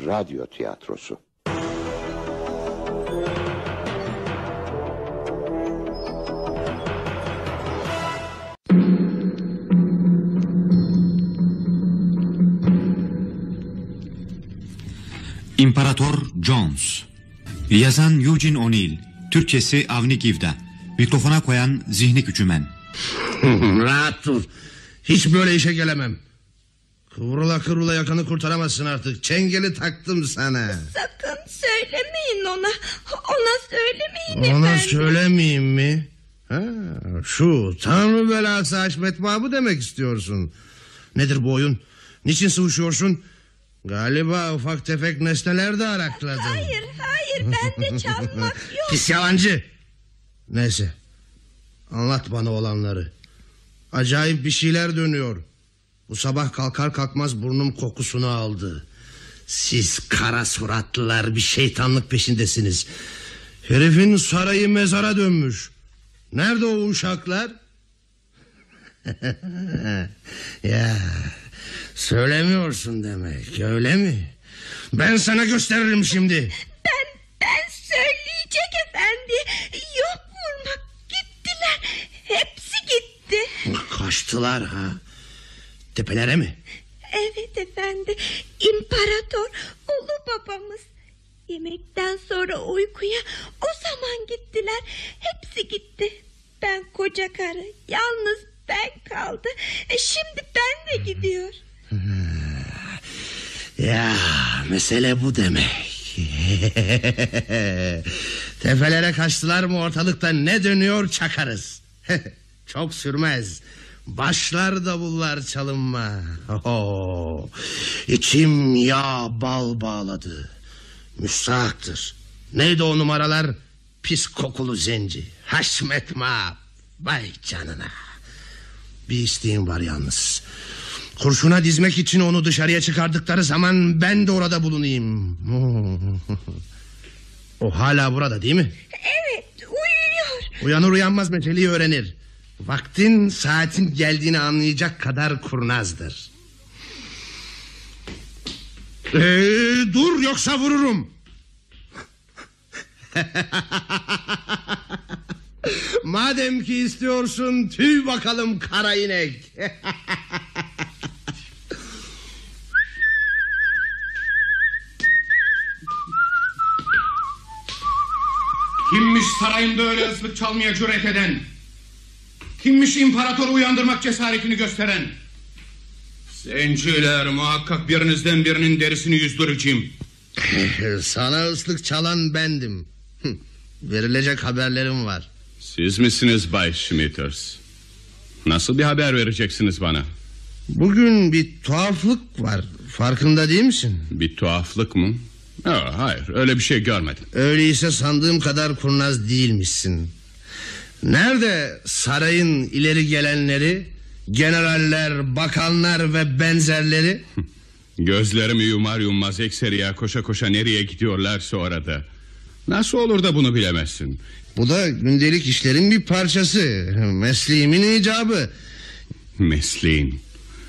radyo tiyatrosu. İmparator Jones. Yazan Eugene O'Neill. Türkçesi Avni Givda. Mikrofona koyan Zihni Küçümen. Rahat dur. Hiç böyle işe gelemem. Kıvrıla yakanı kurtaramazsın artık. Çengeli taktım sana. Sakın söylemeyin ona. Ona söylemeyin Ona efendim. söylemeyeyim mi? Ha, şu Tanrı belası Haşmet Babı demek istiyorsun. Nedir bu oyun? Niçin sıvışıyorsun? Galiba ufak tefek nesneler de arakladın. Hayır bende çalmak yok. Pis yalancı. Neyse, anlat bana olanları. Acayip bir şeyler dönüyor. Bu sabah kalkar kalkmaz burnum kokusunu aldı. Siz kara suratlılar bir şeytanlık peşindesiniz. Herifin sarayı mezara dönmüş. Nerede o uşaklar? Ya, söylemiyorsun demek, öyle mi? Ben sana gösteririm şimdi. Ben söyleyecek efendi. Yok vurmak, gittiler. Hepsi gitti. Kaçtılar ha? Tepelere mi? Evet efendi. İmparator ulu babamız. Yemekten sonra uykuya o zaman gittiler. Hepsi gitti. Ben koca karı, yalnız ben kaldı. Şimdi ben de gidiyor. Ya, mesele bu demek. Tepelere kaçtılar mı ortalıkta ne dönüyor çakarız. Çok sürmez. Başlar davullar çalınma. İçim yağ bal bağladı. Müstahaktır. Neydi o numaralar? Pis kokulu zenci. Haşmet Mab. Vay canına. Bir isteğim var yalnız. Kurşuna dizmek için onu dışarıya çıkardıkları zaman ben de orada bulunayım. O hala burada değil mi? Evet, uyuyor. Uyanır uyanmaz meseleyi öğrenir. Vaktin saatin geldiğini anlayacak kadar kurnazdır. Dur yoksa vururum. Madem ki istiyorsun tüy bakalım kara inek. Kimmiş sarayımda öyle ıslık çalmaya cüret eden? Kimmiş imparatoru uyandırmak cesaretini gösteren? Zenciler, muhakkak birinizden birinin derisini yüzdüreceğim. Sana ıslık çalan bendim. Verilecek haberlerim var. Siz misiniz Bay Smithers? Nasıl bir haber vereceksiniz bana? Bugün bir tuhaflık var. Farkında değil misin? Bir tuhaflık mı? Hayır, öyle bir şey görmedim. Öyleyse sandığım kadar kurnaz değilmişsin. Nerede sarayın ileri gelenleri, generaller, bakanlar ve benzerleri? Gözlerimi yumar yummaz ekseriya koşa koşa nereye gidiyorlarsa orada. Nasıl olur da bunu bilemezsin? Bu da gündelik işlerin bir parçası. Mesleğimin icabı. Mesleğin.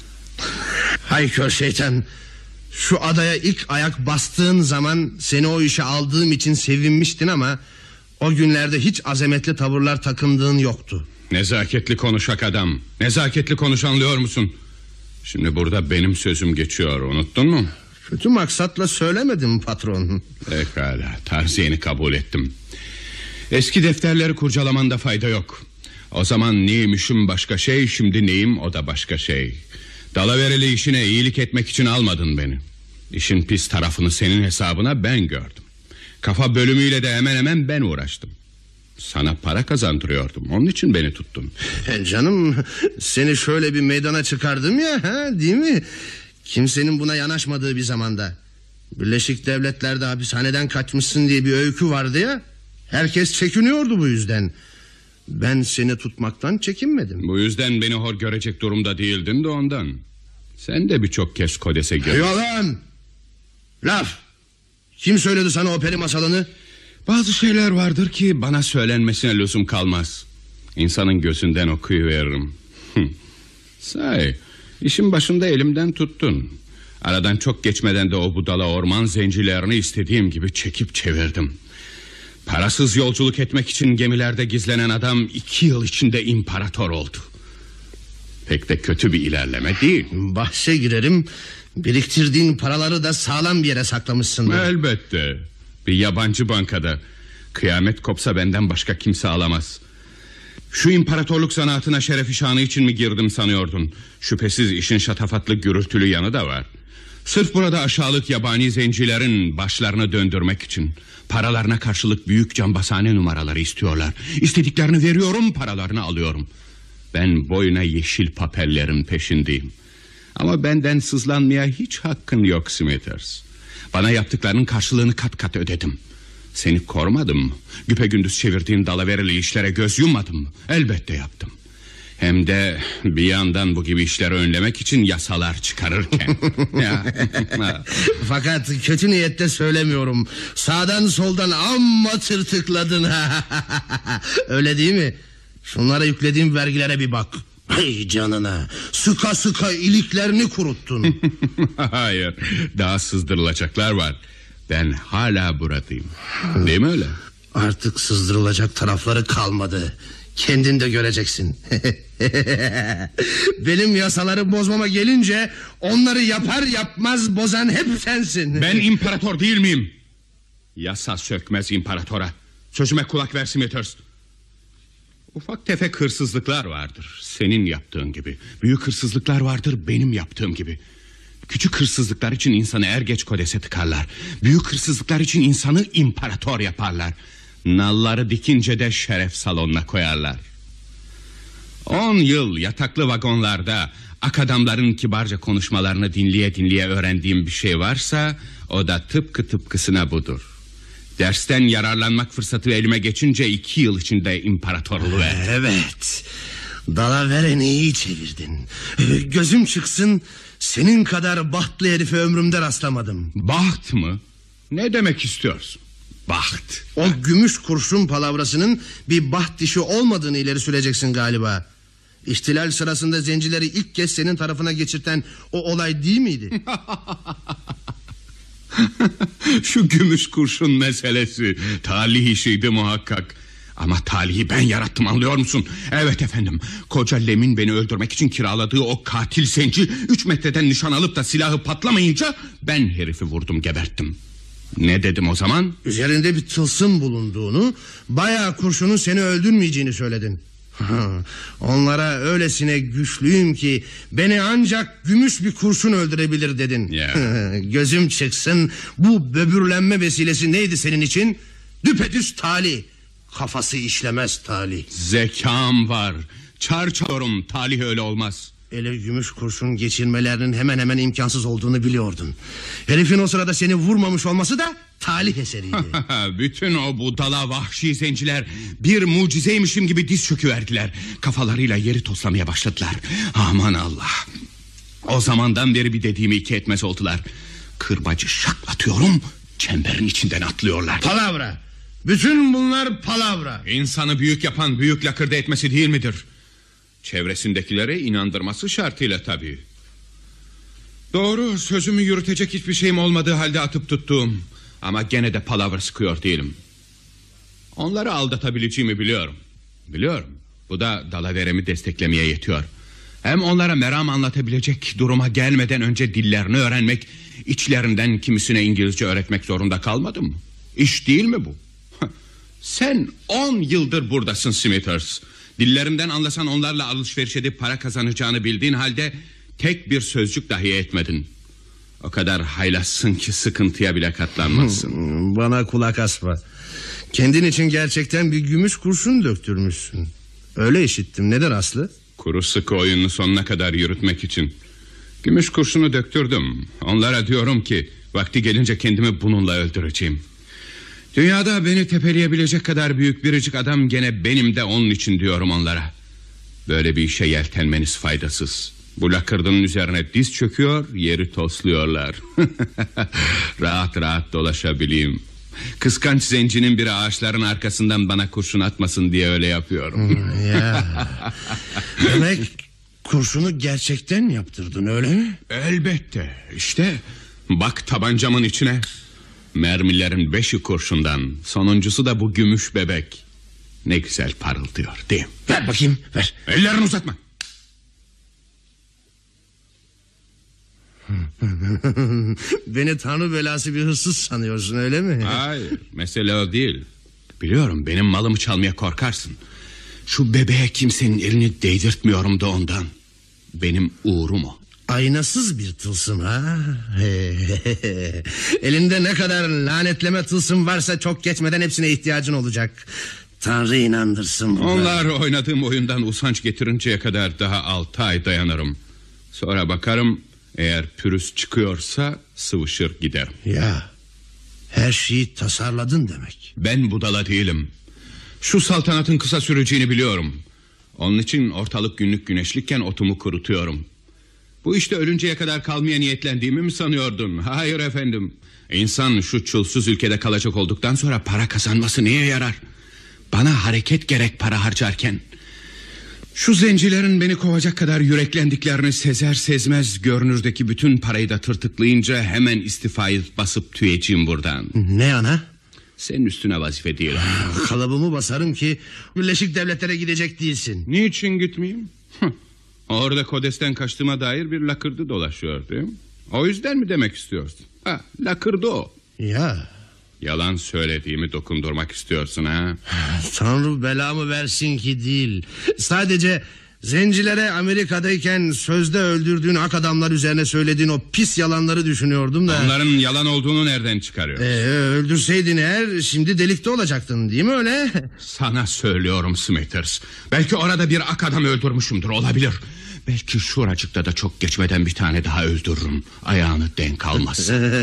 Hay kör şeytan. Şu adaya ilk ayak bastığın zaman seni o işe aldığım için sevinmiştin ama o günlerde hiç azametli tavırlar takındığın yoktu. Nezaketli konuşak adam. Nezaketli konuş, anlıyor musun? Şimdi burada benim sözüm geçiyor, unuttun mu? Kötü maksatla söylemedim patron. Pekala, tarziyeni kabul ettim. Eski defterleri kurcalamanda fayda yok. O zaman neymişim başka şey, şimdi neyim o da başka şey. Dalavereli işine iyilik etmek için almadın beni. İşin pis tarafını senin hesabına ben gördüm. Kafa bölümüyle de hemen hemen ben uğraştım. Sana para kazandırıyordum, onun için beni tuttun. Canım, seni şöyle bir meydana çıkardım ya, değil mi? Kimsenin buna yanaşmadığı bir zamanda. Birleşik Devletler'de hapishaneden kaçmışsın diye bir öykü vardı ya. Herkes çekiniyordu bu yüzden. Ben seni tutmaktan çekinmedim. Bu yüzden beni hor görecek durumda değildin de ondan. Sen de birçok kez kodese girdin. Yalan! Laf! Kim söyledi sana o peri masalını? Bazı şeyler vardır ki bana söylenmesine lüzum kalmaz. İnsanın gözünden okuyuveririm. Sahi, işin başında elimden tuttun. Aradan çok geçmeden de o budala orman zencilerini istediğim gibi çekip çevirdim. Parasız yolculuk etmek için gemilerde gizlenen adam 2 yıl içinde imparator oldu. Pek de kötü bir ilerleme değil. Bahse girerim, biriktirdiğin paraları da sağlam bir yere saklamışsındır. Elbette. Bir yabancı bankada. Kıyamet kopsa benden başka kimse alamaz. Şu imparatorluk sanatına şerefi şanı için mi girdim sanıyordun? Şüphesiz işin şatafatlı gürültülü yanı da var. Sırf burada aşağılık yabani zencilerin başlarını döndürmek için. Paralarına karşılık büyük cambazhane numaraları istiyorlar. İstediklerini veriyorum, paralarını alıyorum. Ben boyuna yeşil papellerin peşindeyim. Ama benden sızlanmaya hiç hakkın yok Smithers. Bana yaptıklarının karşılığını kat kat ödedim. Seni korumadım mı? Güpegündüz çevirdiğin dalaverili işlere göz yummadım mı? Elbette yaptım. Hem de bir yandan bu gibi işleri önlemek için yasalar çıkarırken. Fakat kötü niyette söylemiyorum. Sağdan soldan amma tırtıkladın. Öyle değil mi? Şunlara yüklediğim vergilere bir bak. Ay canına, sıka sıka iliklerini kuruttun. Hayır, daha sızdırılacaklar var. Ben hala buradayım. Değil mi öyle? Artık sızdırılacak tarafları kalmadı. Kendin de göreceksin. Benim yasaları bozmama gelince onları yapar yapmaz bozan hep sensin. Ben imparator değil miyim? Yasa sökmez imparatora. Sözüme kulak ver Smithers. Ufak tefek hırsızlıklar vardır, senin yaptığın gibi. Büyük hırsızlıklar vardır, benim yaptığım gibi. Küçük hırsızlıklar için insanı er geç kodese tıkarlar. Büyük hırsızlıklar için insanı imparator yaparlar. Nalları dikince de şeref salonuna koyarlar. 10 yıl yataklı vagonlarda ak adamların kibarca konuşmalarını dinleye dinleye öğrendiğim bir şey varsa o da tıpkısına budur. Dersten yararlanmak fırsatı elime geçince 2 yıl içinde imparatorluğu verdim. Evet, dalavereni iyi çevirdin. Gözüm çıksın, senin kadar bahtlı herife ömrümde rastlamadım. Baht mı? Ne demek istiyorsun? Baht. O gümüş kurşun palavrasının bir baht dişi olmadığını ileri süreceksin galiba. İhtilal sırasında zencileri ilk kez senin tarafına geçirten o olay değil miydi? Şu gümüş kurşun meselesi talih işiydi muhakkak. Ama talihi ben yarattım, anlıyor musun? Evet efendim, koca Lem'in beni öldürmek için kiraladığı o katil zenci 3 metreden nişan alıp da silahı patlamayınca ben herifi vurdum, geberttim. Ne dedim o zaman? Üzerinde bir tılsım bulunduğunu, bayağı kurşunun seni öldürmeyeceğini söyledin. Onlara öylesine güçlüyüm ki beni ancak gümüş bir kurşun öldürebilir dedin. Gözüm çıksın, bu böbürlenme vesilesi neydi senin için? Düpedüz talih. Kafası işlemez talih. Zekam var, çarçalıyorum, talih öyle olmaz. Ele gümüş kurşun geçirmelerinin hemen hemen imkansız olduğunu biliyordun. Herifin o sırada seni vurmamış olması da talih eseriydi. Bütün o budala vahşi zenciler bir mucizeymişim gibi diz çöküverdiler. Kafalarıyla yeri toslamaya başladılar. Aman Allah. O zamandan beri bir dediğimi iki etmez oldular. Kırbacı şaklatıyorum, çemberin içinden atlıyorlar. Palavra. Bütün bunlar palavra. İnsanı büyük yapan büyük lakırdı etmesi değil midir? Çevresindekilere inandırması şartıyla tabii. Doğru, sözümü yürütecek hiçbir şeyim olmadığı halde atıp tuttuğum. Ama gene de palavra sıkıyor değilim. Onları aldatabileceğimi biliyorum. Biliyorum. Bu da dalaveremi desteklemeye yetiyor. Hem onlara meram anlatabilecek duruma gelmeden önce dillerini öğrenmek, içlerinden kimisine İngilizce öğretmek zorunda kalmadım mı? İş değil mi bu? Sen 10 yıldır buradasın Smithers. Dillerinden anlasan onlarla alışveriş edip para kazanacağını bildiğin halde tek bir sözcük dahi etmedin. O kadar haylazsın ki sıkıntıya bile katlanmazsın. Bana kulak asma. Kendin için gerçekten bir gümüş kurşun döktürmüşsün. Öyle işittim. Neden Aslı? Kuru sıkı oyununu sonuna kadar yürütmek için. Gümüş kurşunu döktürdüm. Onlara diyorum ki vakti gelince kendimi bununla öldüreceğim. Dünyada beni tepeleyebilecek kadar büyük biricik adam gene benim de onun için diyorum onlara. Böyle bir işe yeltenmeniz faydasız. Bu lakırdının üzerine diz çöküyor, yeri tosluyorlar. Rahat rahat dolaşabileyim. Kıskanç zencinin biri ağaçların arkasından bana kurşun atmasın diye öyle yapıyorum. Kurşunu gerçekten yaptırdın, öyle mi? Elbette. İşte bak tabancamın içine. Mermilerin 5'i kurşundan, sonuncusu da bu gümüş bebek. Ne güzel parıldıyor, değil mi? Ver bakayım, ver. Ellerini uzatma. Beni tanrı belası bir hırsız sanıyorsun, öyle mi? Hayır, mesele o değil. Biliyorum, benim malımı çalmaya korkarsın. Şu bebeğe kimsenin elini değdirtmiyorum da ondan. Benim uğurum o. Aynasız bir tılsım ha. Elinde ne kadar lanetleme tılsım varsa çok geçmeden hepsine ihtiyacın olacak. Tanrı inandırsın buna. Onlar oynadığım oyundan usanç getirinceye kadar daha 6 ay dayanırım. Sonra bakarım, eğer pürüz çıkıyorsa sıvışır giderim. Ya, her şeyi tasarladın demek. Ben budala değilim. Şu saltanatın kısa süreceğini biliyorum. Onun için ortalık günlük güneşlikken otumu kurutuyorum. Bu işte ölünceye kadar kalmaya niyetlendiğimi mi sanıyordun? Hayır efendim. İnsan şu çulsuz ülkede kalacak olduktan sonra para kazanması neye yarar? Bana hareket gerek para harcarken. Şu zencilerin beni kovacak kadar yüreklendiklerini sezer sezmez görünürdeki bütün parayı da tırtıklayınca hemen istifayı basıp tüyeceğim buradan. Ne ana? Senin üstüne vazife değil. Kalıbımı basarım ki Birleşik Devletlere gidecek değilsin. Niçin gitmeyeyim? Orada Kodes'ten kaçtığıma dair bir lakırdı dolaşıyor, değil mi? O yüzden mi demek istiyorsun? Ha, lakırdı o. Ya, yalan söylediğimi dokundurmak istiyorsun ha? Tanrı belamı versin ki değil. Sadece zencilere Amerika'dayken sözde öldürdüğün ak adamlar üzerine söylediğin o pis yalanları düşünüyordum da. Onların yalan olduğunu nereden çıkarıyorsun? Öldürseydin eğer şimdi delikte olacaktın, değil mi öyle? Sana söylüyorum Smithers. Belki orada bir ak adam öldürmüşümdür, olabilir. Belki şuracıkta da çok geçmeden bir tane daha öldürürüm. Ayağını denk almasın.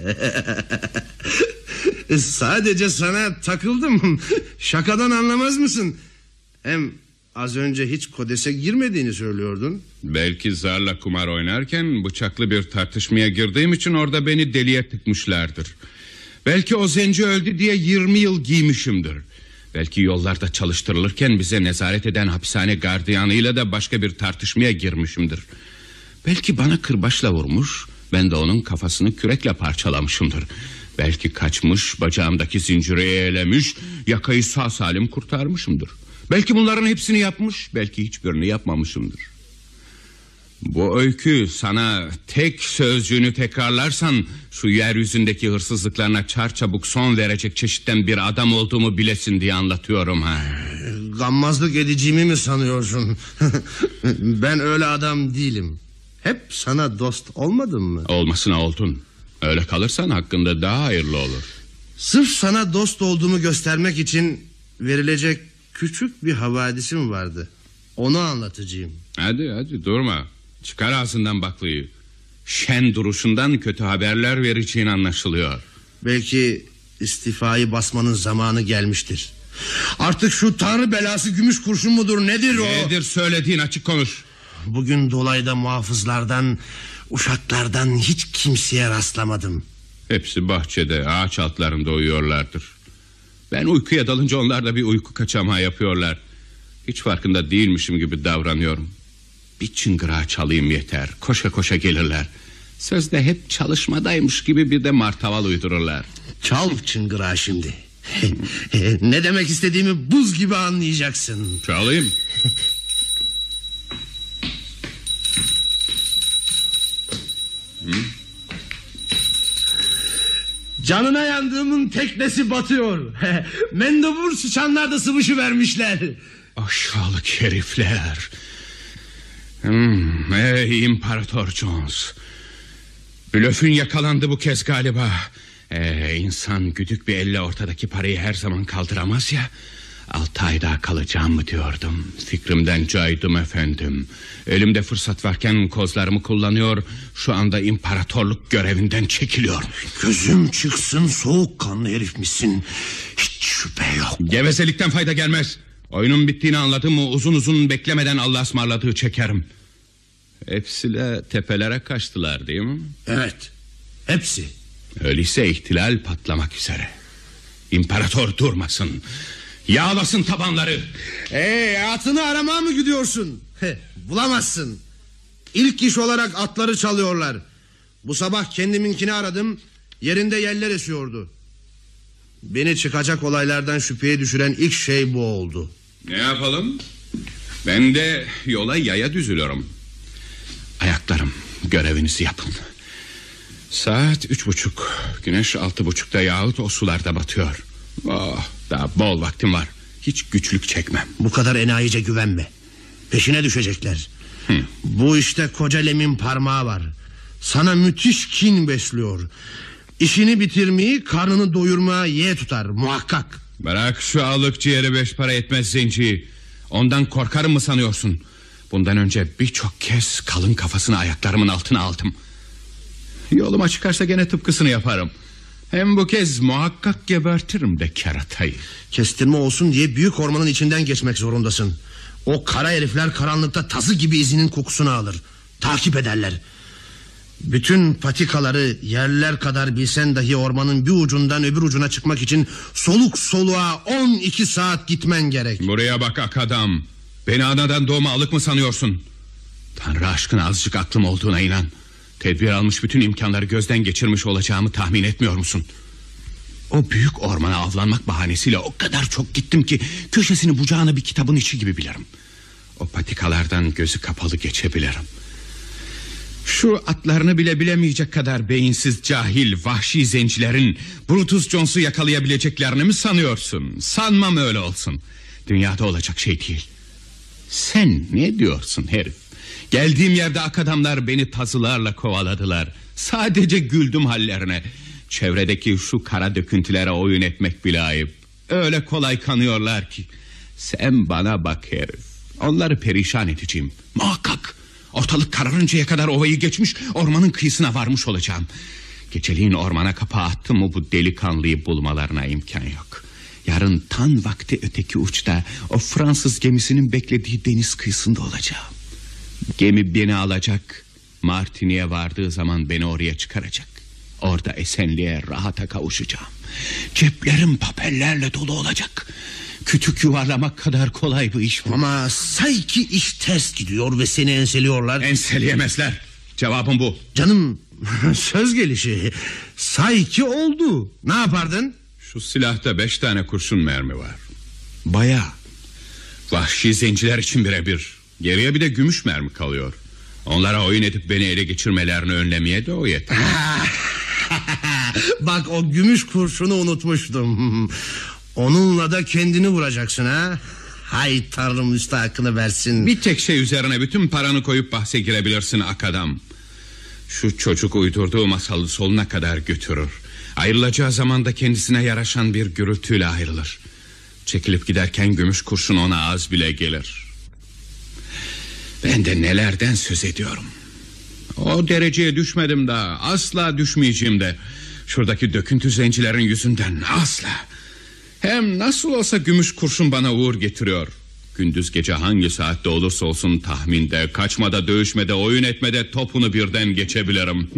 Sadece sana takıldım. Şakadan anlamaz mısın? Hem az önce hiç Kodes'e girmediğini söylüyordun. Belki zarla kumar oynarken bıçaklı bir tartışmaya girdiğim için orada beni deliye tıkmışlardır. Belki o zenci öldü diye 20 yıl giymişimdir. Belki yollarda çalıştırılırken bize nezaret eden hapishane gardiyanıyla da başka bir tartışmaya girmişimdir. Belki bana kırbaçla vurmuş, ben de onun kafasını kürekle parçalamışımdır. Belki kaçmış, bacağımdaki zinciri eğlemiş, yakayı sağ salim kurtarmışımdır. Belki bunların hepsini yapmış, belki hiçbirini yapmamışımdır. Bu öykü sana tek sözcüğünü tekrarlarsan şu yeryüzündeki hırsızlıklarına çarçabuk son verecek çeşitten bir adam olduğumu bilesin diye anlatıyorum ha. Gammazlık edeceğimi mi sanıyorsun? Ben öyle adam değilim. Hep sana dost olmadım mı? Olmasına oldun. Öyle kalırsan hakkında daha hayırlı olur. Sırf sana dost olduğumu göstermek için verilecek küçük bir havadisim vardı. Onu anlatacağım. Hadi durma. Çıkar ağzından baklayı. Şen duruşundan kötü haberler vereceğin anlaşılıyor. Belki istifayı basmanın zamanı gelmiştir. Artık şu tanrı belası gümüş kurşun mudur nedir o? Nedir söylediğin, açık konuş. Bugün dolayda muhafızlardan, uşaklardan hiç kimseye rastlamadım. Hepsi bahçede, ağaç altlarında uyuyorlardır. Ben uykuya dalınca onlar da bir uyku kaçamağı yapıyorlar. Hiç farkında değilmişim gibi davranıyorum. Bir çıngırağı çalayım yeter, koşa koşa gelirler. Sözde hep çalışmadaymış gibi bir de martaval uydururlar. Çal çıngırağı şimdi. Ne demek istediğimi buz gibi anlayacaksın. Çalayım. Canına yandığımın teknesi batıyor. Mendebur sıçanlar da sıvışı vermişler. Aşağılık herifler. Ey İmparator Jones. Blöfün yakalandı bu kez galiba. İnsan güdük bir elle ortadaki parayı her zaman kaldıramaz ya. 6 ay daha kalacağım mı diyordum. Fikrimden caydım efendim. Elimde fırsat varken kozlarımı kullanıyor. Şu anda imparatorluk görevinden çekiliyorum. Gözüm çıksın, soğukkanlı herifmişsin. Hiç şüphe yok. Gevezelikten fayda gelmez. Oyunun bittiğini anladım mı uzun uzun beklemeden Allah'a ısmarladığı çekerim. Hepsi de tepelere kaçtılar değil mi? Evet, hepsi. Öyleyse ihtilal patlamak üzere. İmparator durmasın. Yağlasın tabanları. Atını aramaya mı gidiyorsun? Bulamazsın. İlk iş olarak atları çalıyorlar. Bu sabah kendiminkini aradım. Yerinde yeller esiyordu. Beni çıkacak olaylardan şüpheye düşüren ilk şey bu oldu. Ne yapalım? Ben de yola yaya düzülüyorum. Ayaklarım, görevinizi yapın. Saat 3:30. Güneş 6:30'da yahut o sularda batıyor. Daha bol vaktim var. Hiç güçlük çekmem. Bu kadar enayice güvenme. Peşine düşecekler. Bu işte koca Lem'in parmağı var. Sana müthiş kin besliyor. İşini bitirmeyi, karnını doyurmaya ye tutar muhakkak. Bırak şu alık ciğeri 5 para etmez zenciyi. Ondan korkarım mı sanıyorsun? Bundan önce birçok kez kalın kafasını ayaklarımın altına aldım. Yoluma çıkarsa gene tıpkısını yaparım. Hem bu kez muhakkak gebertirim de keratayı. Kestirme olsun diye büyük ormanın içinden geçmek zorundasın. O kara herifler karanlıkta tazı gibi izinin kokusunu alır. Takip ederler. Bütün patikaları yerler kadar bilsen dahi ormanın bir ucundan öbür ucuna çıkmak için soluk soluğa 12 saat gitmen gerek. Buraya bak akadam. Beni anadan doğma alık mı sanıyorsun? Tanrı aşkına azıcık aklım olduğuna inan. Tedbir almış, bütün imkanları gözden geçirmiş olacağımı tahmin etmiyor musun? O büyük ormana avlanmak bahanesiyle o kadar çok gittim ki köşesini bucağını bir kitabın içi gibi bilirim. O patikalardan gözü kapalı geçebilirim. Şu atlarını bile bilemeyecek kadar beyinsiz, cahil, vahşi zencilerin Brutus Jones'u yakalayabileceklerini mi sanıyorsun? Sanmam öyle olsun. Dünyada olacak şey değil. Sen ne diyorsun herif? Geldiğim yerde akadamlar beni tazılarla kovaladılar. Sadece güldüm hallerine. Çevredeki şu kara döküntülere oyun etmek bile ayıp. Öyle kolay kanıyorlar ki. Sen bana bak herif. Onları perişan edeceğim. Muhakkak. Ortalık kararıncaya kadar ovayı geçmiş, ormanın kıyısına varmış olacağım. Geceliğin ormana kapağı attım mı bu delikanlıyı bulmalarına imkan yok. Yarın tan vakti öteki uçta o Fransız gemisinin beklediği deniz kıyısında olacağım. Gemi beni alacak. Martini'ye vardığı zaman beni oraya çıkaracak. Orada esenliğe, rahata kavuşacağım. Ceplerim papellerle dolu olacak. Kütük yuvarlamak kadar kolay bu iş mi? Ama say ki iş ters gidiyor ve seni enseliyorlar. Enseleyemezler. Cevabım bu. Canım, söz gelişi. Say ki oldu. Ne yapardın? Şu silahta 5 tane kurşun mermi var. Bayağı. Vahşi zenciler için birebir. Geriye bir de gümüş mermi kalıyor. Onlara oyun edip beni ele geçirmelerini önlemeye de o yeter. Bak, o gümüş kurşunu unutmuştum. Onunla da kendini vuracaksın ha. Hay Tanrım müstahakını versin. Bir tek şey üzerine bütün paranı koyup bahse girebilirsin akadam. Şu çocuk uydurduğu masalı sonuna kadar götürür. Ayrılacağı zaman da kendisine yaraşan bir gürültüyle ayrılır. Çekilip giderken gümüş kurşun ona az bile gelir. Ben de nelerden söz ediyorum. O dereceye düşmedim daha. Asla düşmeyeceğim de. Şuradaki döküntü zencilerin yüzünden asla. Hem nasıl olsa gümüş kurşun bana uğur getiriyor. Gündüz gece hangi saatte olursa olsun tahminde, kaçmada, dövüşmede, oyun etmede topunu birden geçebilirim.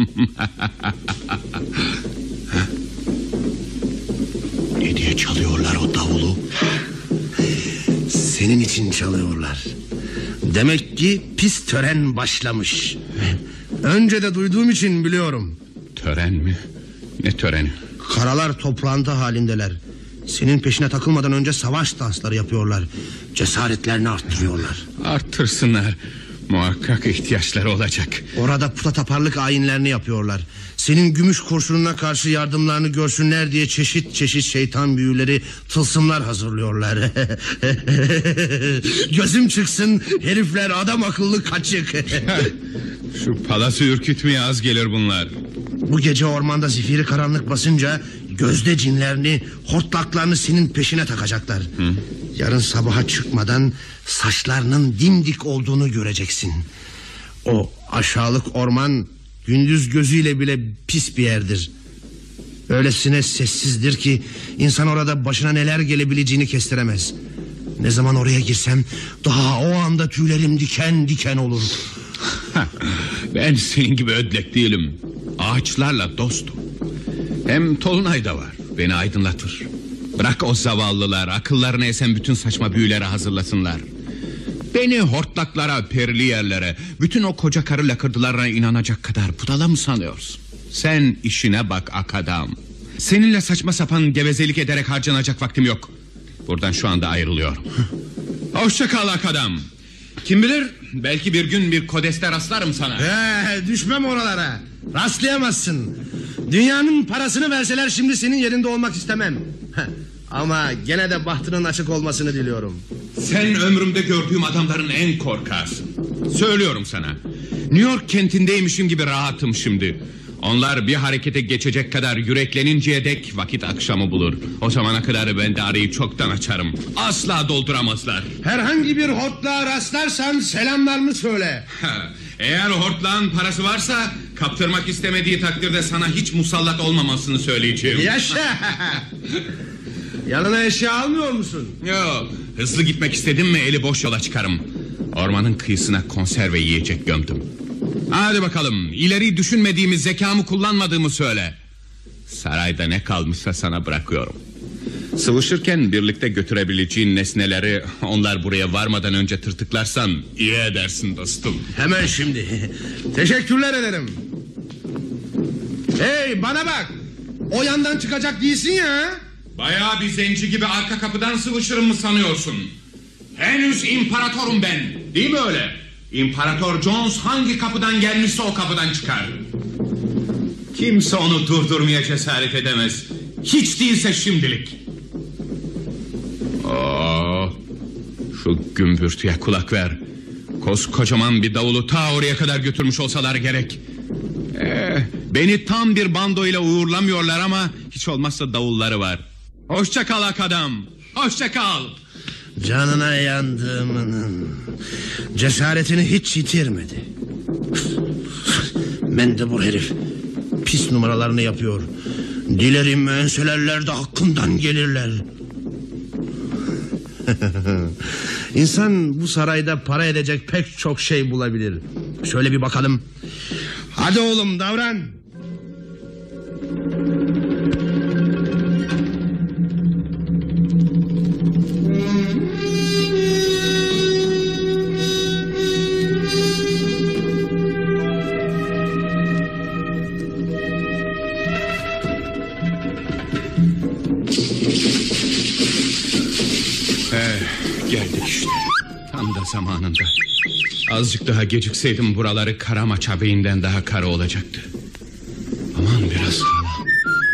Ne diye çalıyorlar o davulu? Senin için çalıyorlar. Demek ki pis tören başlamış. Önce de duyduğum için biliyorum. Tören mi? Ne töreni? Karalar toplantı halindeler. Senin peşine takılmadan önce savaş dansları yapıyorlar. Cesaretlerini arttırıyorlar. Arttırsınlar. Muhakkak ihtiyaçları olacak. Orada puta taparlık ayinlerini yapıyorlar. Senin gümüş kurşununa karşı yardımlarını görsünler diye çeşit çeşit şeytan büyüleri, tılsımlar hazırlıyorlar. Gözüm çıksın, herifler adam akıllı kaçık. Şu palası ürkütmeye az gelir bunlar. Bu gece ormanda zifiri karanlık basınca gözde cinlerini, hortlaklarını senin peşine takacaklar. Yarın sabaha çıkmadan saçlarının dimdik olduğunu göreceksin. O aşağılık orman gündüz gözüyle bile pis bir yerdir. Öylesine sessizdir ki insan orada başına neler gelebileceğini kestiremez. Ne zaman oraya girsem daha o anda tüylerim diken diken olur. Ben senin gibi ödlek değilim. Ağaçlarla dostum. Hem Tolunay da var, beni aydınlatır. Bırak o zavallılar akıllarına esen bütün saçma büyüleri hazırlasınlar. Beni hortlaklara, perili yerlere, bütün o koca karı lakırdılarına inanacak kadar budala mı sanıyorsun? Sen işine bak akadam. Seninle saçma sapan gevezelik ederek harcanacak vaktim yok. Buradan şu anda ayrılıyorum. Hoşça kal akadam. Kim bilir belki bir gün bir kodeste rastlarım sana. Düşmem oralara. Rastlayamazsın. Dünyanın parasını verseler şimdi senin yerinde olmak istemem. Ama gene de bahtının açık olmasını diliyorum. Sen ömrümde gördüğüm adamların en korkarsın. Söylüyorum sana. New York kentindeymişim gibi rahatım şimdi. Onlar bir harekete geçecek kadar yürekleninceye dek vakit akşamı bulur. O zamana kadar ben de arayı çoktan açarım. Asla dolduramazlar. Herhangi bir hortlağa rastlarsan selamlarını söyle. Eğer hortlağın parası varsa kaptırmak istemediği takdirde sana hiç musallat olmamasını söyleyeceğim. Yaşa. Yanına eşya almıyor musun? Yok, hızlı gitmek istedim mi eli boş yola çıkarım. Ormanın kıyısına konserve yiyecek gömdüm. Hadi bakalım, ileri düşünmediğimi, zekamı kullanmadığımı söyle. Sarayda ne kalmışsa sana bırakıyorum. Sıvışırken birlikte götürebileceğin nesneleri onlar buraya varmadan önce tırtıklarsan iyi edersin dostum. Hemen şimdi. Teşekkürler ederim. Hey bana bak. O yandan çıkacak değilsin ya. Bayağı bir zenci gibi arka kapıdan sıvışırım mı sanıyorsun? Henüz imparatorum ben, değil mi öyle? İmparator Jones hangi kapıdan gelmişse o kapıdan çıkar. Kimse onu durdurmaya cesaret edemez. Hiç değilse şimdilik. Şu gümbürtüye kulak ver. Koskocaman bir davulu ta oraya kadar götürmüş olsalar gerek. Beni tam bir bando ile uğurlamıyorlar ama hiç olmazsa davulları var. Hoşça kal akadam. Hoşça kal. Canına yandığımın. Cesaretini hiç yitirmedi. Mendebur herif. Pis numaralarını yapıyor. Dilerim enselerler de hakkından gelirler. İnsan bu sarayda para edecek pek çok şey bulabilir. Şöyle bir bakalım. Hadi oğlum davran. Geldik işte. Tam da zamanında. Azıcık daha gecikseydim buraları Karamaça Bey'inden daha kara olacaktı. Aman biraz hava.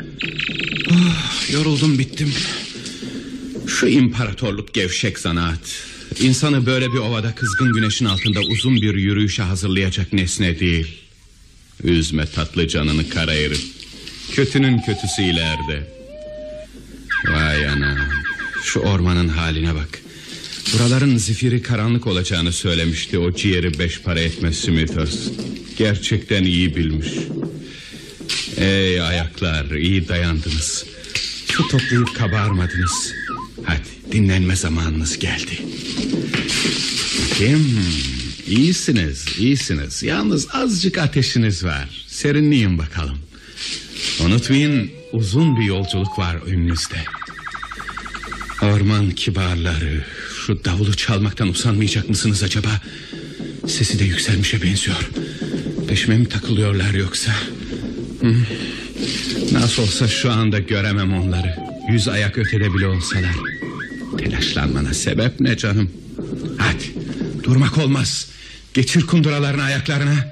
Yoruldum bittim. Şu imparatorluk gevşek zanaat. İnsanı böyle bir ovada kızgın güneşin altında uzun bir yürüyüşe hazırlayacak nesne değil. Üzme tatlı canını kara herif. Kötünün kötüsü ileride. Vay anam. Şu ormanın haline bak. Buraların zifiri karanlık olacağını söylemişti o ciğeri 5 para etmez Smithers. Gerçekten iyi bilmiş. Ey ayaklar, iyi dayandınız. Su toplayıp kabarmadınız. Hadi dinlenme zamanınız geldi. Bakayım. İyisiniz. Yalnız azıcık ateşiniz var. Serinleyin bakalım. Unutmayın, uzun bir yolculuk var önünüzde. Orman kibarları, şu davulu çalmaktan usanmayacak mısınız acaba? Sesi de yükselmişe benziyor. Peşime mi takılıyorlar yoksa? Nasıl olsa şu anda göremem onları. 100 ayak ötede bile olsalar. Telaşlanmana sebep ne canım? Hadi, durmak olmaz. Geçir kunduralarını ayaklarına.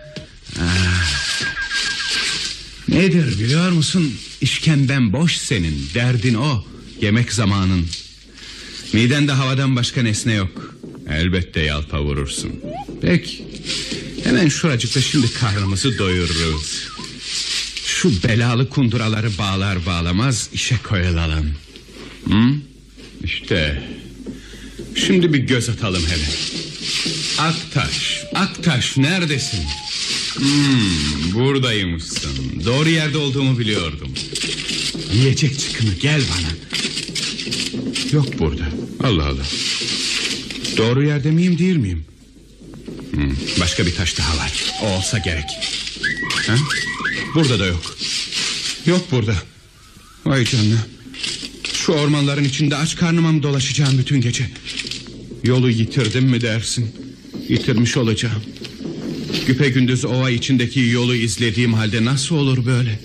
Nedir biliyor musun? İşkemben boş senin. Derdin o. Yemek zamanın. Midende havadan başka nesne yok. Elbette yalpa vurursun. Peki. Hemen şuracıkta şimdi karnımızı doyururuz. Şu belalı kunduraları bağlar bağlamaz işe koyulalım. İşte. Şimdi bir göz atalım hele. Aktaş neredesin? Buradaymışsın. Doğru yerde olduğumu biliyordum. Yiyecek çıkını gel bana. Yok burada. Allah Allah. Doğru yerde miyim değil miyim? Başka bir taş daha var. O olsa gerek. Burada da yok. Yok burada. Vay canına. Şu ormanların içinde aç karnıma mı dolaşacağım bütün gece? Yolu yitirdim mi dersin? Yitirmiş olacağım. Güpegündüz ova içindeki yolu izlediğim halde nasıl olur böyle?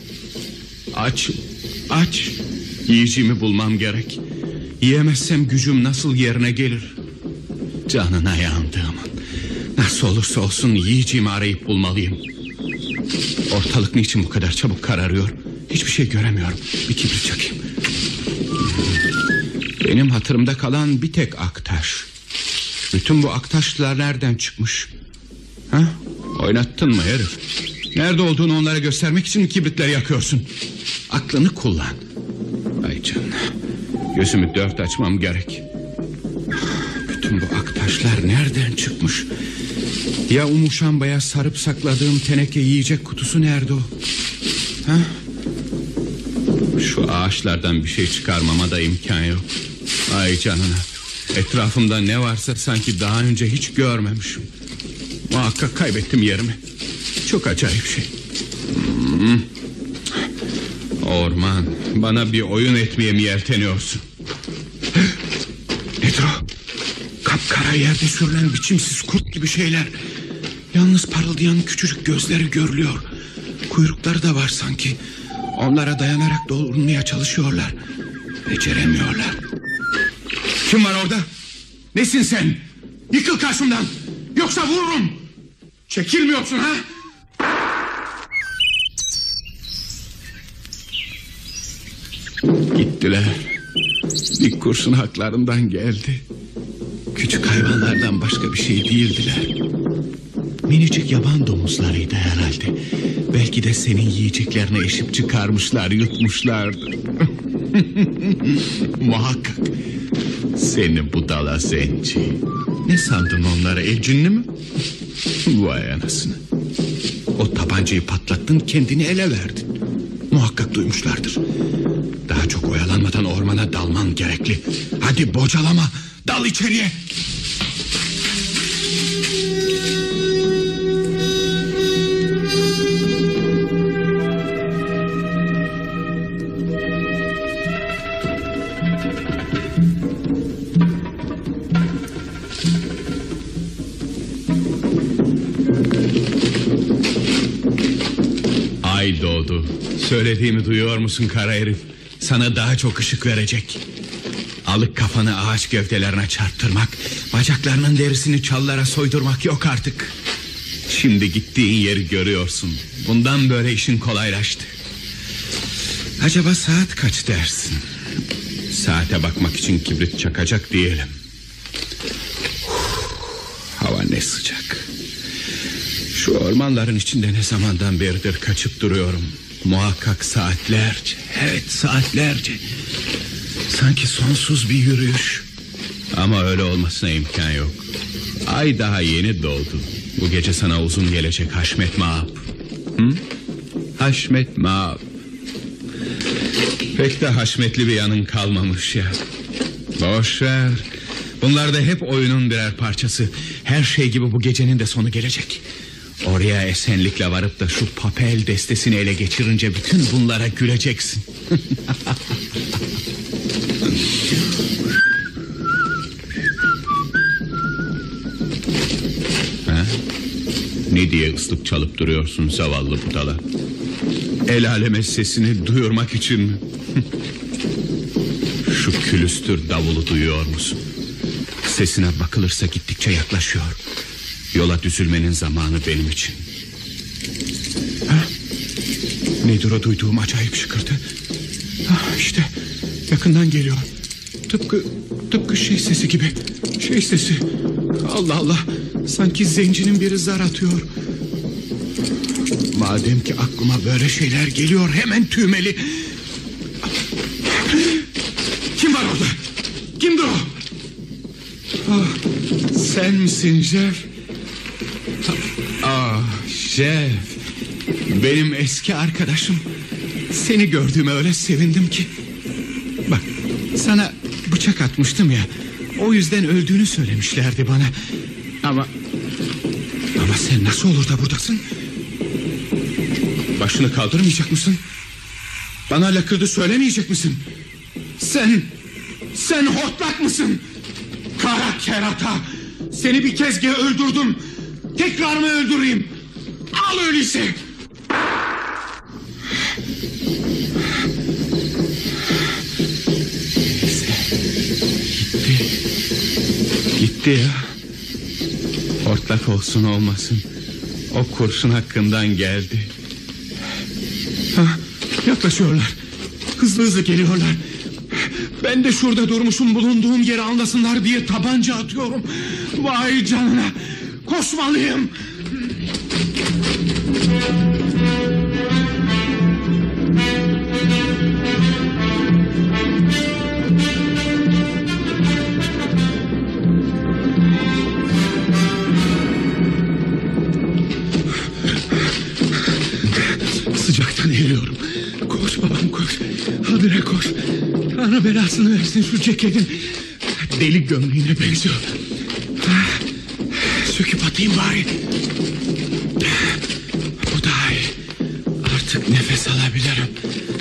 Aç. Yiyeceğimi bulmam gerek. Yiyemezsem gücüm nasıl yerine gelir? Canına yandığımın. Nasıl olursa olsun yiyeceğimi arayıp bulmalıyım. Ortalık niçin bu kadar çabuk kararıyor? Hiçbir şey göremiyorum. Bir kibrit çakayım. Benim hatırımda kalan bir tek aktaş. Bütün bu aktaşlar nereden çıkmış? Ha? Oynattın mı herif? Nerede olduğunu onlara göstermek için mi kibritleri yakıyorsun? Aklını kullan. Ay canına. Gözümü dört açmam gerek. Bütün bu aktaşlar nereden çıkmış? Ya umuşambaya sarıp sakladığım teneke yiyecek kutusu nerede o? Ha? Şu ağaçlardan bir şey çıkarmama da imkan yok. Ay canına. Etrafımda ne varsa sanki daha önce hiç görmemişim. Muhakkak kaybettim yerimi. Çok acayip şey. Orman, bana bir oyun etmeye mi yelteniyorsun? Nedir o? Kapkara yerde sürülen biçimsiz kurt gibi şeyler. Yalnız parıldayan küçücük gözleri görülüyor. Kuyrukları da var sanki. Onlara dayanarak doldurmaya çalışıyorlar. Beceremiyorlar. Kim var orada? Nesin sen? Yıkıl karşımdan. Yoksa vururum. Çekilmiyorsun ha? Gittiler. Bir kurşun haklarından geldi. Küçük hayvanlardan başka bir şey değildiler. Minicik yaban domuzlarıydı herhalde. Belki de senin yiyeceklerine eşip çıkarmışlar, yutmuşlardı. Muhakkak. Seni budala zenci. Ne sandın onlara, evcinli mi? Vay anasını. O tabancayı patlattın, kendini ele verdin. Muhakkak duymuşlardır. Daha çok oyalanmadan ormana dalman gerekli. Hadi bocalama, dal içeriye. Ay doğdu. Söylediğimi duyuyor musun kara herif? Sana daha çok ışık verecek. Alık kafanı ağaç gövdelerine çarptırmak, bacaklarının derisini çallara soydurmak yok artık. Şimdi gittiğin yeri görüyorsun. Bundan böyle işin kolaylaştı. Acaba saat kaç dersin? Saate bakmak için kibrit çakacak diyelim. Hava ne sıcak. Şu ormanların içinde ne zamandan beridir kaçıp duruyorum. Muhakkak saatlerce. Evet, saatlerce. Sanki sonsuz bir yürüyüş. Ama öyle olmasına imkan yok. Ay daha yeni doğdu. Bu gece sana uzun gelecek Haşmet Maap. Haşmet Maap. Pek de haşmetli bir yanın kalmamış ya. Boşver. Bunlar da hep oyunun birer parçası. Her şey gibi bu gecenin de sonu gelecek. Oraya esenlikle varıp da şu papel destesini ele geçirince bütün bunlara güleceksin. Ha? Ne diye ıslık çalıp duruyorsun zavallı budala? El aleme sesini duyurmak için mi? Şu külüstür davulu duyuyor musun? Sesine bakılırsa gittikçe yaklaşıyor. Yola düzülmenin zamanı benim için. Ha? Nedir o duyduğum acayip şıkırtı? İşte yakından geliyor. Tıpkı şey sesi gibi. Şey sesi. Allah Allah. Sanki zencinin biri zar atıyor. Madem ki aklıma böyle şeyler geliyor, hemen tüymeli. Kim var orada? Kimdir o? Sen misin Jeff? Jeff. Benim eski arkadaşım. Seni gördüğüme öyle sevindim ki. Bak, sana bıçak atmıştım ya. O yüzden öldüğünü söylemişlerdi bana. Ama sen nasıl olur da buradasın? Başını kaldırmayacak mısın? Bana lakırdı söylemeyecek misin? Sen hortlak mısın? Kara kerata, seni bir kez öldürdüm. Tekrar mı öldüreyim? Al öyleyse. Gitti ya. Hortlak olsun olmasın, o kurşun hakkından geldi. Yaklaşıyorlar. Hızlı hızlı geliyorlar. Ben de şurada durmuşum, bulunduğum yeri anlasınlar diye tabanca atıyorum. Vay canına, koşmalıyım. Sıcaktan eriyorum. Koş babam, koş. Habire koş. Tanrı belasını versin şu ceketin. Deli gömleğine benziyor. Söküp atayım bari. Bu daha iyi. Artık nefes alabilirim.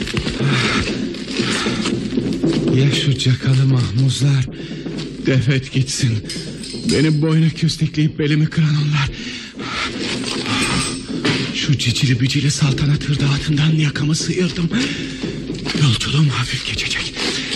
Ya şu cakalı mahmuzlar. Defet gitsin. Benim boynu köstekleyip belimi kıran onlar. Şu cicili bicili saltanat hırdavatından yakamı sıyırdım. Yolculuğum hafif geçecek.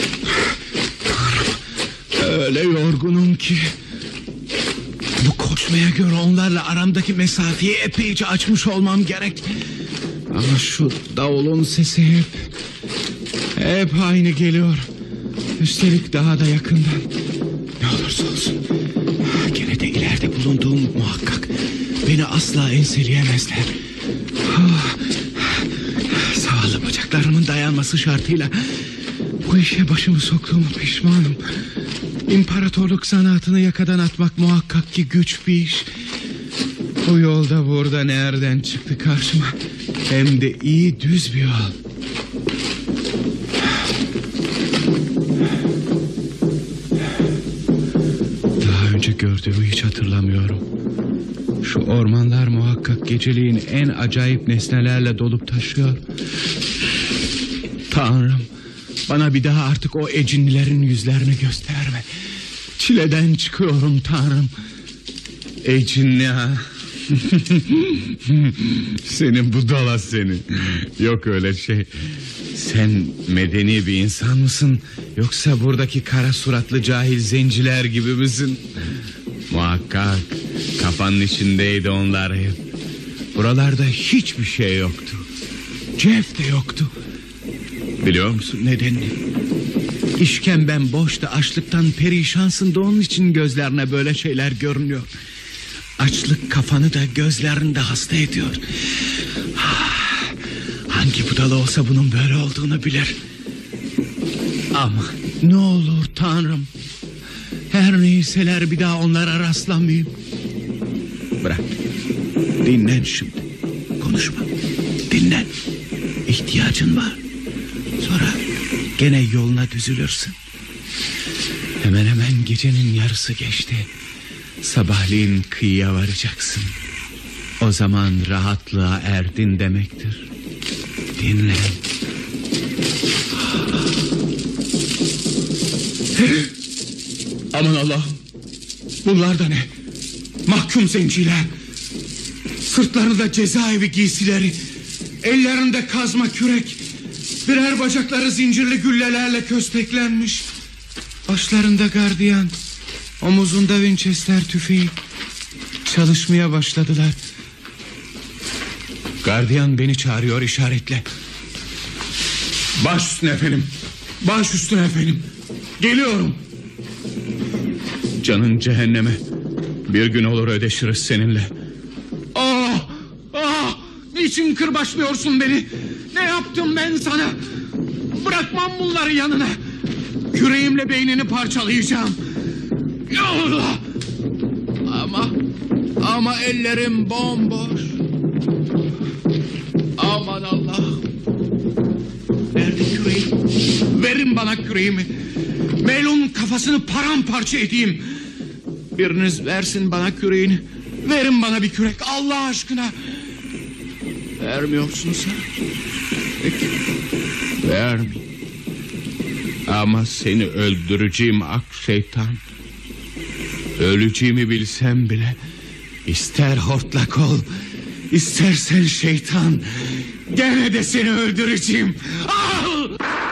Öyle yorgunum ki. Bu koşmaya göre onlarla aramdaki mesafeyi epeyce açmış olmam gerek. Ama şu davulun sesi hep aynı geliyor. Üstelik daha da yakından. Ne olursa olsun, gene de ileride bulunduğum muhakkak. Beni asla enseleyemezler. Zavallı bacaklarımın dayanması şartıyla bu işe başımı soktuğumu pişmanım. İmparatorluk sanatını yakadan atmak muhakkak ki güç bir iş. Bu yolda burada nereden çıktı karşıma? Hem de iyi düz bir yol. Daha önce gördüğümü hiç hatırlamıyorum. Şu ormanlar muhakkak geceliğin en acayip nesnelerle dolup taşıyor. Tanrım, bana bir daha artık o ecinlilerin yüzlerini gösterme. Çileden çıkıyorum Tanrım. Ecinli ha. Senin budala seni. Yok öyle şey. Sen medeni bir insan mısın, yoksa buradaki kara suratlı cahil zenciler gibi misin? Muhakkak kafanın içindeydi onlar hep. Buralarda hiçbir şey yoktu. Jeff de yoktu. Biliyor musun nedenini? İşkemben boşta, açlıktan perişansın da onun için gözlerine böyle şeyler görünüyor. Açlık kafanı da gözlerini de hasta ediyor. Hangi budala olsa bunun böyle olduğunu bilir. Ama ne olur Tanrım, her neyseler bir daha onlara rastlamayayım. Bırak, dinlen şimdi. Konuşma, dinlen. İhtiyacın var. Sonra gene yoluna düzülürsün. Hemen hemen gecenin yarısı geçti. Sabahleyin kıyıya varacaksın. O zaman rahatlığa erdin demektir. Dinle. Aman Allah'ım, bunlar da ne? Mahkum zenciler. Sırtlarında cezaevi giysileri, ellerinde kazma kürek, birer bacakları zincirli güllelerle kösteklenmiş. Başlarında gardiyan, omuzunda Winchester tüfeği. Çalışmaya başladılar. Gardiyan beni çağırıyor işaretle. Baş üstüne efendim. Baş üstüne efendim. Geliyorum. Canın cehenneme. Bir gün olur ödeşiriz seninle. Niçin kırbaçlıyorsun beni? Ne yaptım ben sana? Bırakmam bunları yanına. Küreğimle beynini parçalayacağım. Allah! Ama ellerim bomboş. Aman Allah. Nerede küreğim? Verin bana küreğimi. Melun kafasını paramparça edeyim. Biriniz versin bana küreğini. Verin bana bir kürek Allah aşkına. Vermiyorsunuz ha? Peki, vermeyin. Ama seni öldüreceğim ak şeytan. Öleceğimi bilsem bile, ister hortlak ol, istersen şeytan, gene de seni öldüreceğim. Al!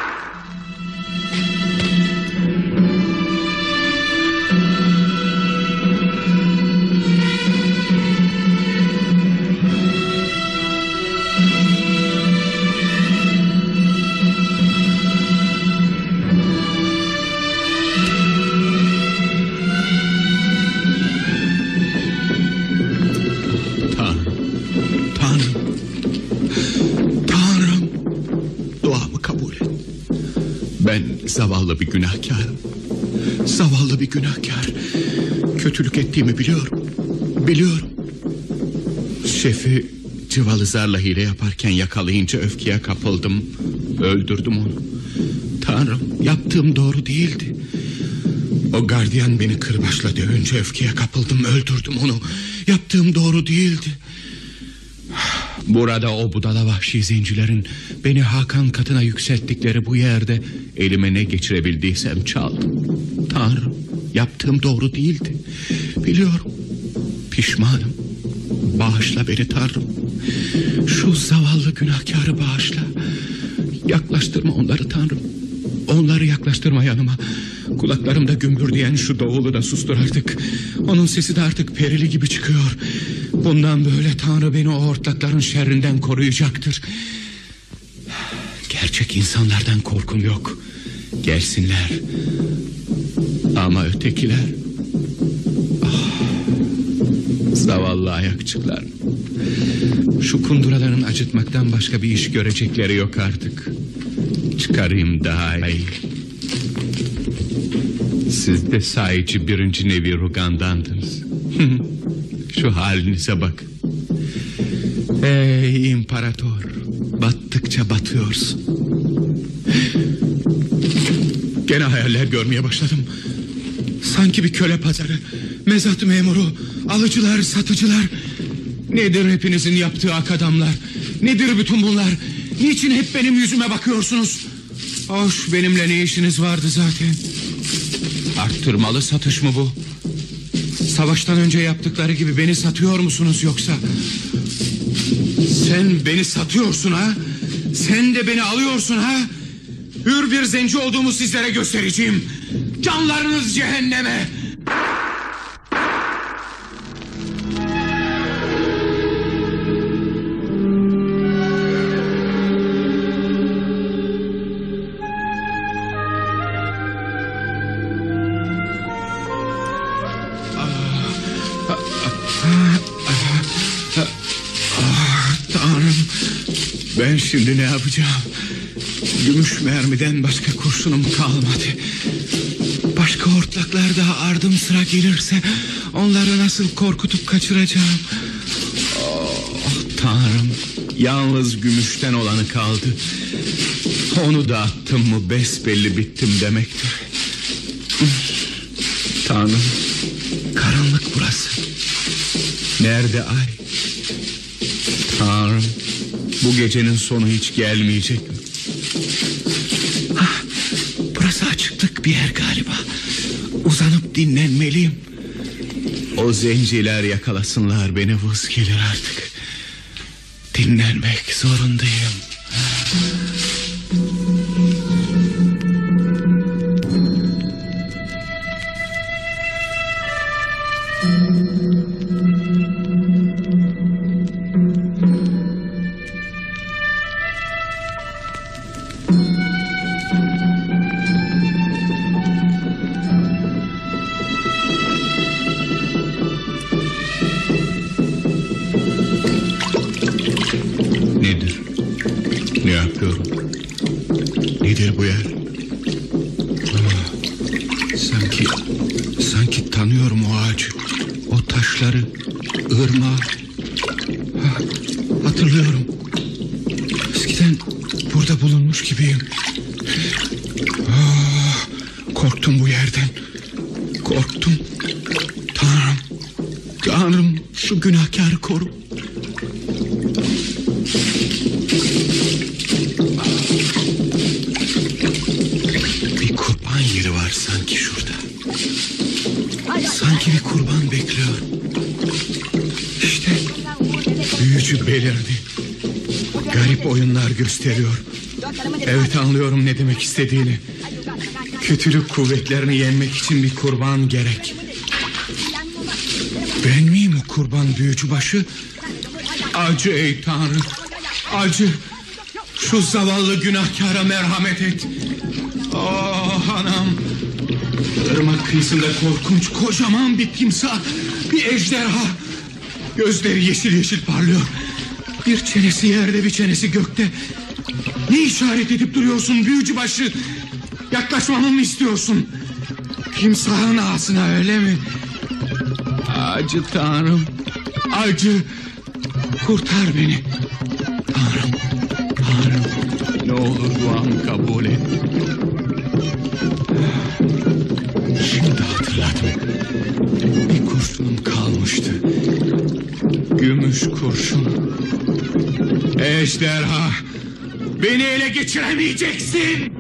Ben zavallı bir günahkarım. Zavallı bir günahkar. Kötülük ettiğimi biliyorum. Biliyorum. Şefi cıvalı zarla hile yaparken yakalayınca öfkeye kapıldım. Öldürdüm onu. Tanrım, yaptığım doğru değildi. O gardiyan beni kırbaçla dövünce öfkeye kapıldım. Öldürdüm onu. Yaptığım doğru değildi. Burada o budala vahşi zencilerin beni Hakan katına yükselttikleri bu yerde elime ne geçirebildiysem çaldım. Tanrım, yaptığım doğru değildi. Biliyorum. Pişmanım. Bağışla beni Tanrım. Şu zavallı günahkarı bağışla. Yaklaştırma onları Tanrım. Onları yaklaştırma yanıma. Kulaklarımda gümbürdeyen şu davulu da sustur artık. Onun sesi de artık perili gibi çıkıyor. Bundan böyle Tanrı beni o hortlakların şerrinden koruyacaktır. Gerçek insanlardan korkum yok. Gelsinler. Ama ötekiler... zavallı ayakçılar. Şu kunduraların acıtmaktan başka bir iş görecekleri yok artık. Çıkarayım daha iyi. Siz de sahici 1. Nevi Rugan'dandınız. Şu halinize bak. Ey imparator, battıkça batıyorsun. Gene hayaller görmeye başladım. Sanki bir köle pazarı, mezat memuru, alıcılar, satıcılar. Nedir hepinizin yaptığı akadamlar? Nedir bütün bunlar? Niçin hep benim yüzüme bakıyorsunuz? Hoş, benimle ne işiniz vardı zaten? Arttırmalı satış mı bu? Savaştan önce yaptıkları gibi beni satıyor musunuz yoksa? Sen beni satıyorsun ha? Sen de beni alıyorsun ha? Hür bir zenci olduğumu sizlere göstereceğim. Canlarınız cehenneme. Tanrım, ben şimdi ne yapacağım? Gümüş mermiden başka kurşunum kalmadı. Başka hortlaklar daha ardım sıra gelirse onları nasıl korkutup kaçıracağım? Oh, Tanrım, yalnız gümüşten olanı kaldı. Onu da attım mı besbelli bittim demektir. Tanrım, karanlık burası. Nerede ay? Tanrım, bu gecenin sonu hiç gelmeyecek mi? Burası açıklık bir yer galiba. Uzanıp dinlenmeliyim. O zenciler yakalasınlar beni, vız gelir artık. Dinlenmek zorundayım. Ne yapıyorum? Nedir bu yer? Sanki tanıyorum o ağacı, o taşları, ırmağı. Hatırlıyorum. Eskiden burada bulunmuş gibiyim. Korktum bu yerden. Korktum. Tanrım, şu günahkarı koru. kurban bekliyor. İşte büyücü belirdi. Garip oyunlar gösteriyor. Evet, anlıyorum ne demek istediğini. Kötülük kuvvetlerini yenmek için bir kurban gerek. Ben miyim o kurban büyücübaşı? Acı ey Tanrı, acı. Şu zavallı günahkara merhamet et. Oh anam. Irmak kıyısında korkunç kocaman bir timsah, bir ejderha. Gözleri yeşil yeşil parlıyor. Bir çenesi yerde, bir çenesi gökte. Ne işaret edip duruyorsun büyücübaşı? Yaklaşmamı mı istiyorsun? Timsahın ağzına, öyle mi? Acı Tanrım, acı. Kurtar beni. Tanrım, Tanrım, ne olur duamı kabul et. Şimdi hatırladım. Bir kurşunum kalmıştı. Gümüş kurşun. Ejderha, beni ele geçiremeyeceksin.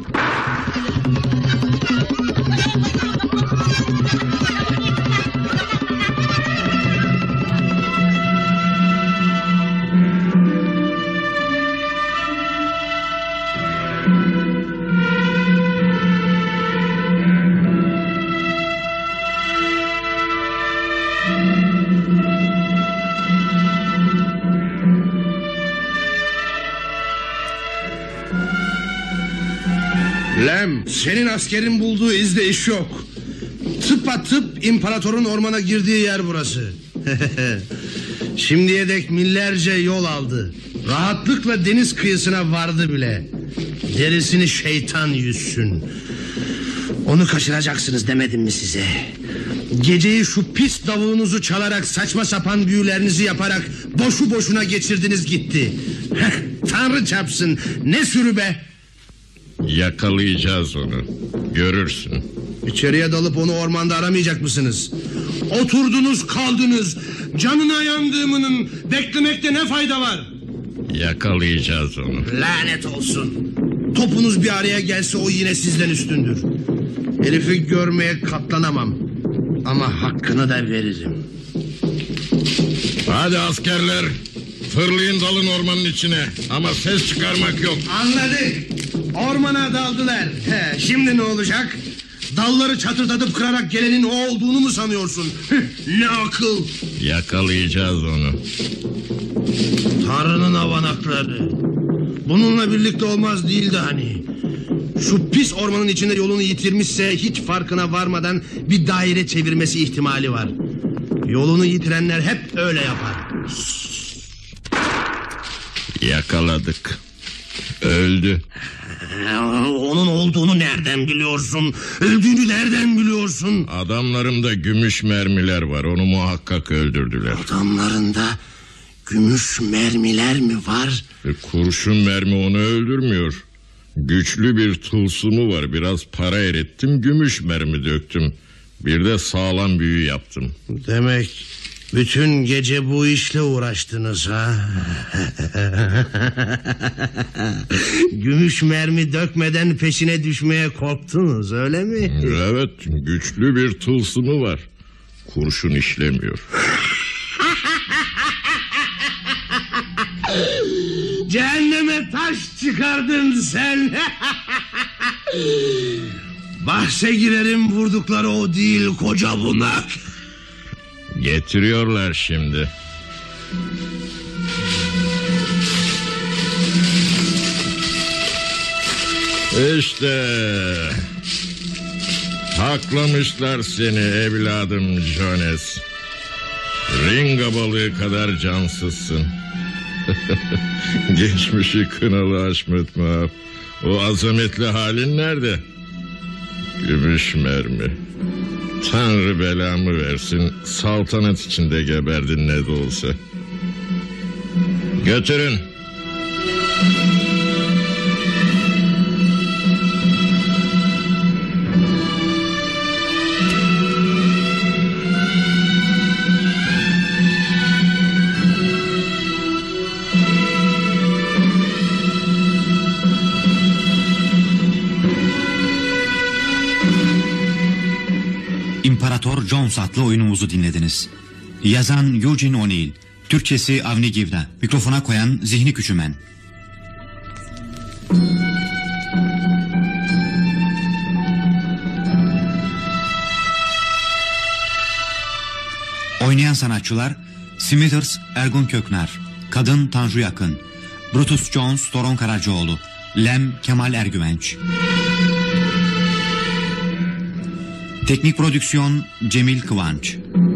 Lem, senin askerin bulduğu izde iş yok. Tıpatıp imparatorun ormana girdiği yer burası. Şimdiye dek millerce yol aldı. Rahatlıkla deniz kıyısına vardı bile. Gerisini şeytan yüzsün. Onu kaçıracaksınız demedim mi size? Geceyi şu pis davulunuzu çalarak, saçma sapan büyülerinizi yaparak boşu boşuna geçirdiniz gitti. Tanrı çarpsın, ne sürü be. Yakalayacağız onu, görürsün. İçeriye dalıp onu ormanda aramayacak mısınız? Oturdunuz kaldınız. Canına yandığımının beklemekte ne fayda var? Yakalayacağız onu. Lanet olsun. Topunuz bir araya gelse o yine sizden üstündür. Herifi görmeye katlanamam. Ama hakkını da veririm. Hadi askerler, fırlayın dalın ormanın içine. Ama ses çıkarmak yok. Anladık. Ormana daldılar. Şimdi ne olacak? Dalları çatırdatıp kırarak gelenin o olduğunu mu sanıyorsun? Ne akıl. Yakalayacağız onu. Tanrı'nın avanakları. Bununla birlikte olmaz değildi hani. Şu pis ormanın içinde yolunu yitirmişse hiç farkına varmadan bir daire çevirmesi ihtimali var. Yolunu yitirenler hep öyle yapar. Yakaladık. Öldü. Onun olduğunu nereden biliyorsun? Öldüğünü nereden biliyorsun? Adamlarımda gümüş mermiler var, onu muhakkak öldürdüler. Adamlarında gümüş mermiler mi var? Kurşun mermi onu öldürmüyor. Güçlü bir tılsımı var, biraz para erittim, gümüş mermi döktüm. Bir de sağlam büyü yaptım. Demek bütün gece bu işle uğraştınız ha? Gümüş mermi dökmeden peşine düşmeye korktunuz, öyle mi? Evet, güçlü bir tılsımı var. Kurşun işlemiyor. Cehenneme taş çıkardın sen. Bahse girerim, vurdukları o değil koca bunak. Getiriyorlar şimdi. İşte haklamışlar seni evladım Jones. Ringa balığı kadar cansızsın. Geçmişi kınalı Haşmet Mahap. O azametli halin nerede? Gümüş mermi. Tanrı belamı versin, saltanat içinde geberdin ne de olsa. Götürün. İmparator Jones adlı oyunumuzu dinlediniz. Yazan Eugene O'Neill, Türkçesi Avni Givda, mikrofona koyan Zihni Küçümen. Oynayan sanatçılar: Smithers Ergun Köknar, Kadın Tanju Yakın, Brutus Jones Toron Karacaoğlu, Lem Kemal Ergüvenç. Teknik prodüksiyon Cemil Kıvanç.